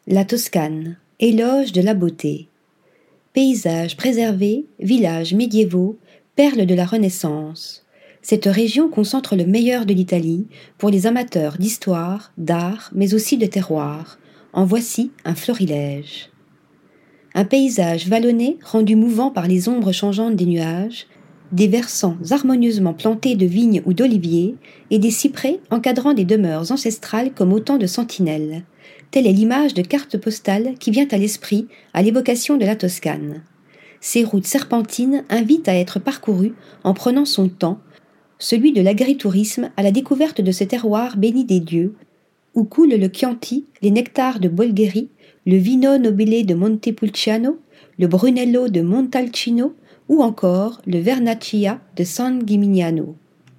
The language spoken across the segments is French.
La Toscane, éloge de la beauté. Paysages préservés, villages médiévaux, perles de la Renaissance. Cette région concentre le meilleur de l'Italie pour les amateurs d'histoire, d'art, mais aussi de terroir. En voici un florilège. Un paysage vallonné rendu mouvant par les ombres changeantes des nuages, des versants harmonieusement plantés de vignes ou d'oliviers et des cyprès encadrant des demeures ancestrales comme autant de sentinelles. Telle est l'image de carte postale qui vient à l'esprit à l'évocation de la Toscane. Ces routes serpentines invitent à être parcourues en prenant son temps, celui de l'agritourisme à la découverte de ce terroir béni des dieux, où coulent le Chianti, les nectars de Bolgheri, le Vino Nobile de Montepulciano, le Brunello de Montalcino ou encore le Vernaccia de San Gimignano.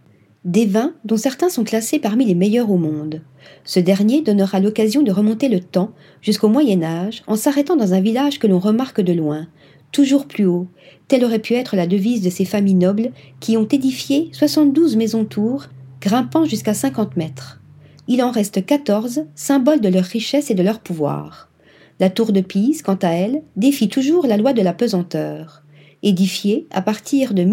Des vins dont certains sont classés parmi les meilleurs au monde. Ce dernier donnera l'occasion de remonter le temps jusqu'au Moyen-Âge en s'arrêtant dans un village que l'on remarque de loin, toujours plus haut, telle aurait pu être la devise de ces familles nobles qui ont édifié 72 maisons-tours, grimpant jusqu'à 50 mètres. Il en reste 14, symboles de leur richesse et de leur pouvoir. La tour de Pise, quant à elle, défie toujours la loi de la pesanteur. Édifiée à partir de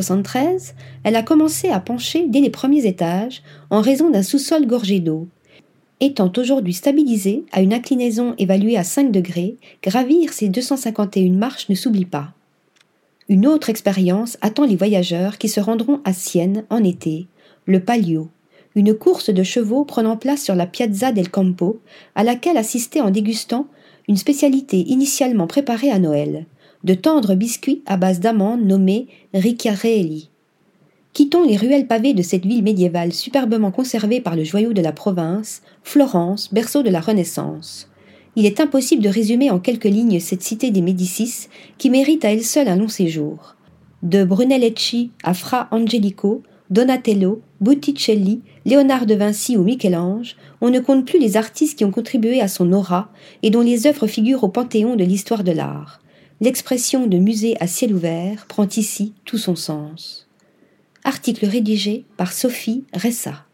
1173, elle a commencé à pencher dès les premiers étages en raison d'un sous-sol gorgé d'eau. Étant aujourd'hui stabilisée à une inclinaison évaluée à 5 degrés, gravir ces 251 marches ne s'oublie pas. Une autre expérience attend les voyageurs qui se rendront à Sienne en été, le Palio, une course de chevaux prenant place sur la Piazza del Campo, à laquelle assister en dégustant une spécialité initialement préparée à Noël, de tendres biscuits à base d'amandes nommés ricciarelli. Quittons les ruelles pavées de cette ville médiévale superbement conservée par le joyau de la province, Florence, berceau de la Renaissance. Il est impossible de résumer en quelques lignes cette cité des Médicis qui mérite à elle seule un long séjour. De Brunelleschi à Fra Angelico, Donatello, Botticelli, Léonard de Vinci ou Michel-Ange, on ne compte plus les artistes qui ont contribué à son aura et dont les œuvres figurent au panthéon de l'histoire de l'art. L'expression de musée à ciel ouvert prend ici tout son sens. Article rédigé par Sophie Ressa.